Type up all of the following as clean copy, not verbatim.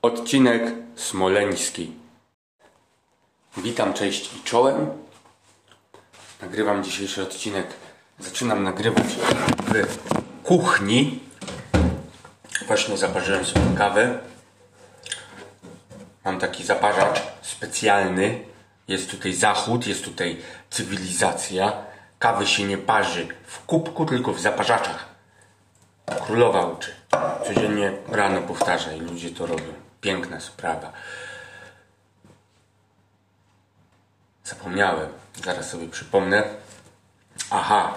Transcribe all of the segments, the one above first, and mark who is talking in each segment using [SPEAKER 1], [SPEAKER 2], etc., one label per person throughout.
[SPEAKER 1] Odcinek smoleński. Witam, cześć i czołem. Nagrywam dzisiejszy odcinek. Zaczynam nagrywać w kuchni. Właśnie zaparzyłem sobie kawę. Mam taki zaparzacz specjalny. Jest tutaj zachód, jest tutaj cywilizacja. Kawy się nie parzy w kubku, tylko w zaparzaczach. Królowa uczy. Codziennie rano powtarza i ludzie to robią. Piękna sprawa. Zapomniałem. Zaraz sobie przypomnę. Aha.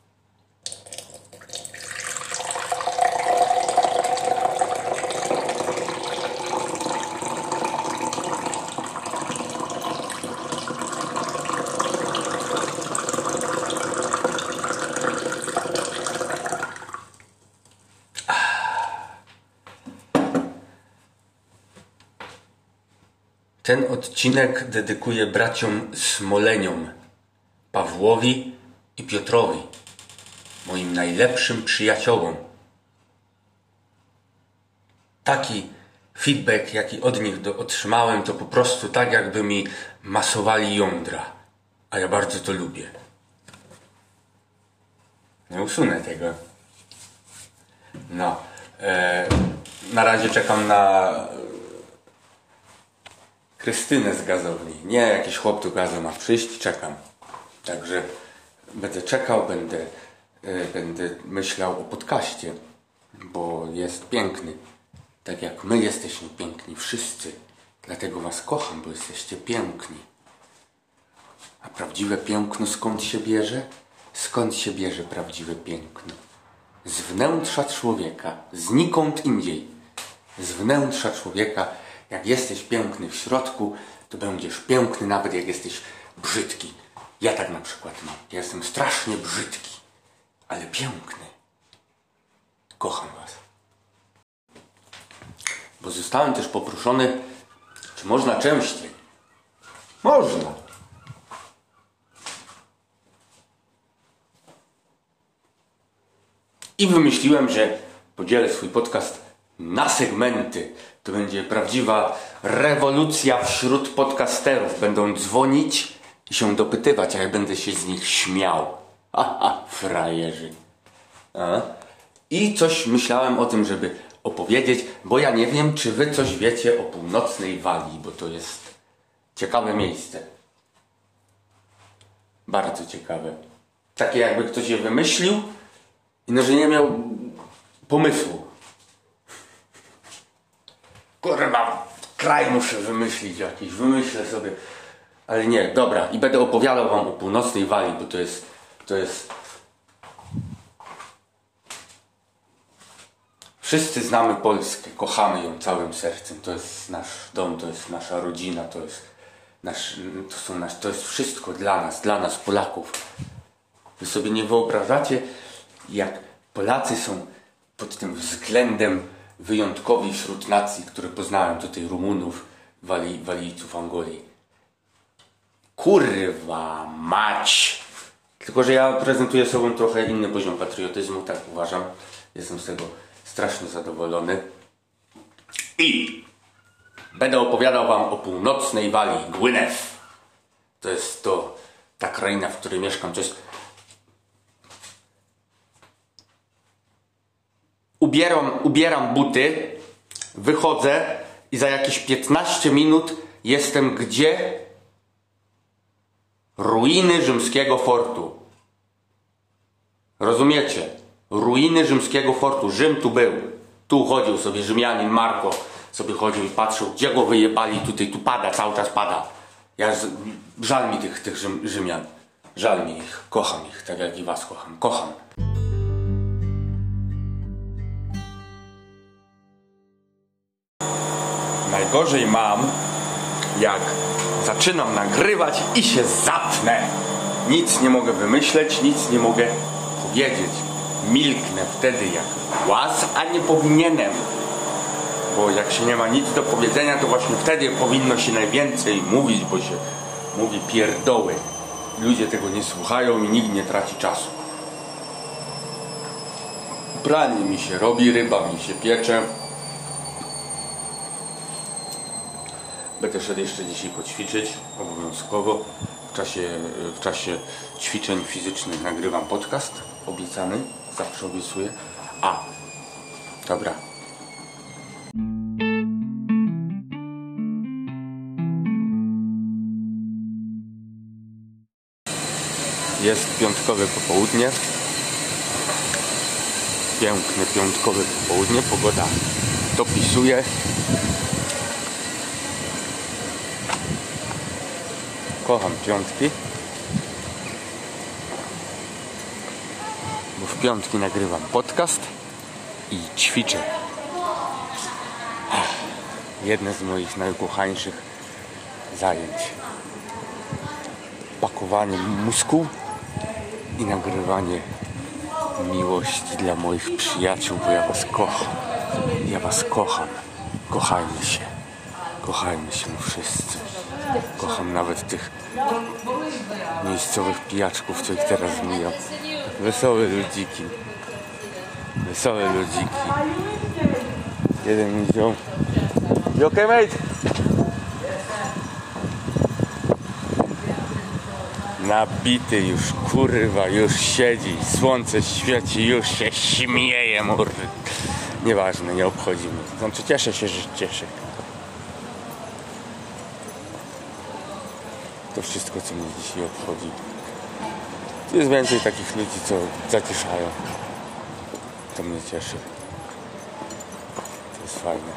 [SPEAKER 1] Ten odcinek dedykuję braciom Smoleniom, Pawłowi i Piotrowi, moim najlepszym przyjaciołom. Taki feedback, jaki od nich otrzymałem, to po prostu tak, jakby mi masowali jądra. A ja bardzo to lubię. Nie usunę tego. No. Na razie czekam na Krystynę z gazowni. Nie, jakiś chłop tu gazem ma przyjść, czekam. Także będę czekał, będę myślał o podcaście, bo jest piękny. Tak jak my jesteśmy piękni, wszyscy. Dlatego was kocham, bo jesteście piękni. A prawdziwe piękno skąd się bierze? Skąd się bierze prawdziwe piękno? Z wnętrza człowieka, znikąd indziej. Z wnętrza człowieka. Jak jesteś piękny w środku, to będziesz piękny nawet jak jesteś brzydki. Ja tak na przykład mam. Ja jestem strasznie brzydki, ale piękny. Kocham was. Bo zostałem też poproszony, czy można częściej. Można. I wymyśliłem, że podzielę swój podcast na segmenty. To będzie prawdziwa rewolucja wśród podcasterów. Będą dzwonić i się dopytywać, a ja będę się z nich śmiał. Haha, frajerzy. I coś myślałem o tym, żeby opowiedzieć, bo ja nie wiem, czy wy coś wiecie o północnej Walii, bo to jest ciekawe miejsce. Bardzo ciekawe. Takie jakby ktoś je wymyślił i no, że nie miał pomysłu. Kurwa, kraj muszę wymyślić jakiś, wymyślę sobie. Ale nie, dobra. I będę opowiadał wam o północnej Walii, bo to jest... Wszyscy znamy Polskę, kochamy ją całym sercem. To jest nasz dom, to jest nasza rodzina, to jest wszystko dla nas Polaków. Wy sobie nie wyobrażacie, jak Polacy są pod tym względem wyjątkowi wśród nacji, które poznałem, tutaj Rumunów, Walijców, Angolii. Kurwa mać! Tylko że ja prezentuję sobą trochę inny poziom patriotyzmu, tak uważam. Jestem z tego strasznie zadowolony. I będę opowiadał wam o północnej Walii, Gwynedd. To jest ta kraina, w której mieszkam. To jest... Ubieram buty, wychodzę i za jakieś 15 minut jestem gdzie? Ruiny rzymskiego fortu. Rozumiecie? Ruiny rzymskiego fortu. Rzym tu był. Tu chodził sobie Rzymianin Marko. Sobie chodził i patrzył, gdzie go wyjebali. Tutaj tu pada, cały czas pada. Żal mi tych Rzymian. Żal mi ich. Kocham ich, tak jak i was kocham. Kocham. Najgorzej mam, jak zaczynam nagrywać i się zatnę. Nic nie mogę wymyśleć, nic nie mogę powiedzieć. Milknę wtedy jak łaz, a nie powinienem. Bo jak się nie ma nic do powiedzenia, to właśnie wtedy powinno się najwięcej mówić, bo się mówi pierdoły. Ludzie tego nie słuchają i nikt nie traci czasu. Pranie mi się robi, ryba mi się piecze. Będę szedł jeszcze dzisiaj poćwiczyć, obowiązkowo. W czasie ćwiczeń fizycznych nagrywam podcast, obiecany, zawsze obiecuję. Dobra. Jest piątkowe popołudnie. Piękne piątkowe popołudnie. Pogoda dopisuje. Kocham piątki. Bo w piątki nagrywam podcast i ćwiczę. Jedne z moich najukochańszych zajęć. Pakowanie muskuł i nagrywanie miłości dla moich przyjaciół, bo ja was kocham. Ja was kocham. Kochajmy się. Kochajmy się wszyscy. Kocham nawet tych miejscowych pijaczków, co ich teraz mijam. Wesołe ludziki. Wesołe ludziki. Jeden mi wziął. You okay, mate? Nabity już, kurwa, już siedzi, słońce świeci, już się śmieje, mordy. Nieważne, nie obchodzi mnie. Znaczy cieszę się, że cieszę. To wszystko, co mnie dzisiaj obchodzi. Tu jest więcej takich ludzi, co zacieszają. To mnie cieszy. To jest fajne.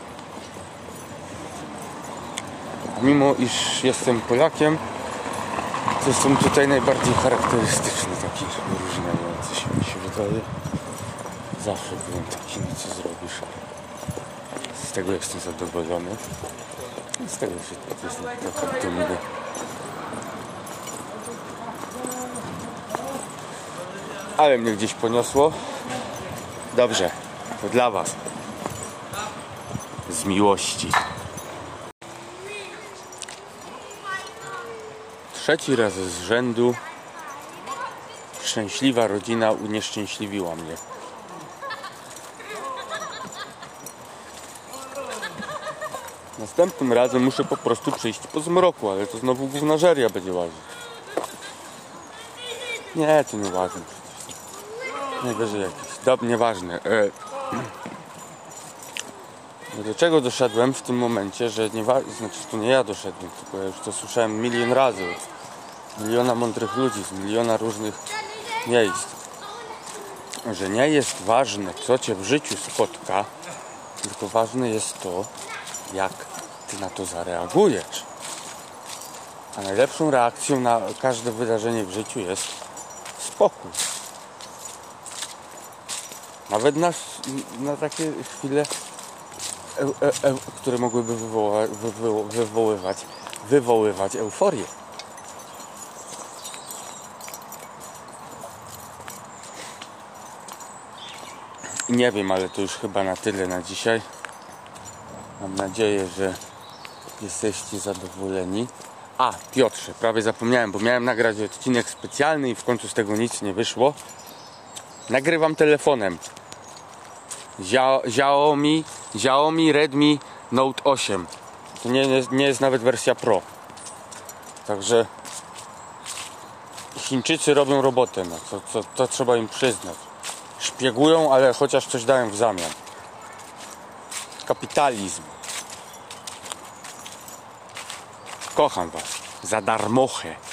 [SPEAKER 1] A mimo iż jestem Polakiem, to jestem tutaj najbardziej charakterystyczny, taki wyróżniający się, mi się wydaje. Zawsze byłem taki, no co zrobisz. Z tego jestem zadowolony. Z tego się jestem trochę dumny. Ale mnie gdzieś poniosło. Dobrze, to dla was. Z miłości. Trzeci raz z rzędu szczęśliwa rodzina unieszczęśliwiła mnie. Następnym razem muszę po prostu przyjść po zmroku, ale to znowu gównażeria będzie łazić. Nie, to nieważne. Najwyżej jakiś. Nieważne. Do czego doszedłem w tym momencie, że znaczy to nie ja doszedłem, tylko ja już to słyszałem milion razy od miliona mądrych ludzi z miliona różnych miejsc, że nie jest ważne, co cię w życiu spotka, tylko ważne jest to, jak ty na to zareagujesz. A najlepszą reakcją na każde wydarzenie w życiu jest spokój. Nawet na takie chwile, które mogłyby wywoływać euforię. I nie wiem, ale to już chyba na tyle na dzisiaj. Mam nadzieję, że jesteście zadowoleni. Piotrze, prawie zapomniałem, bo miałem nagrać odcinek specjalny i w końcu z tego nic nie wyszło. Nagrywam telefonem. Xiaomi Redmi Note 8. To nie jest nawet wersja Pro. Także Chińczycy robią robotę, no, to trzeba im przyznać. Szpiegują, ale chociaż coś dają w zamian. Kapitalizm. Kocham was. Za darmochę.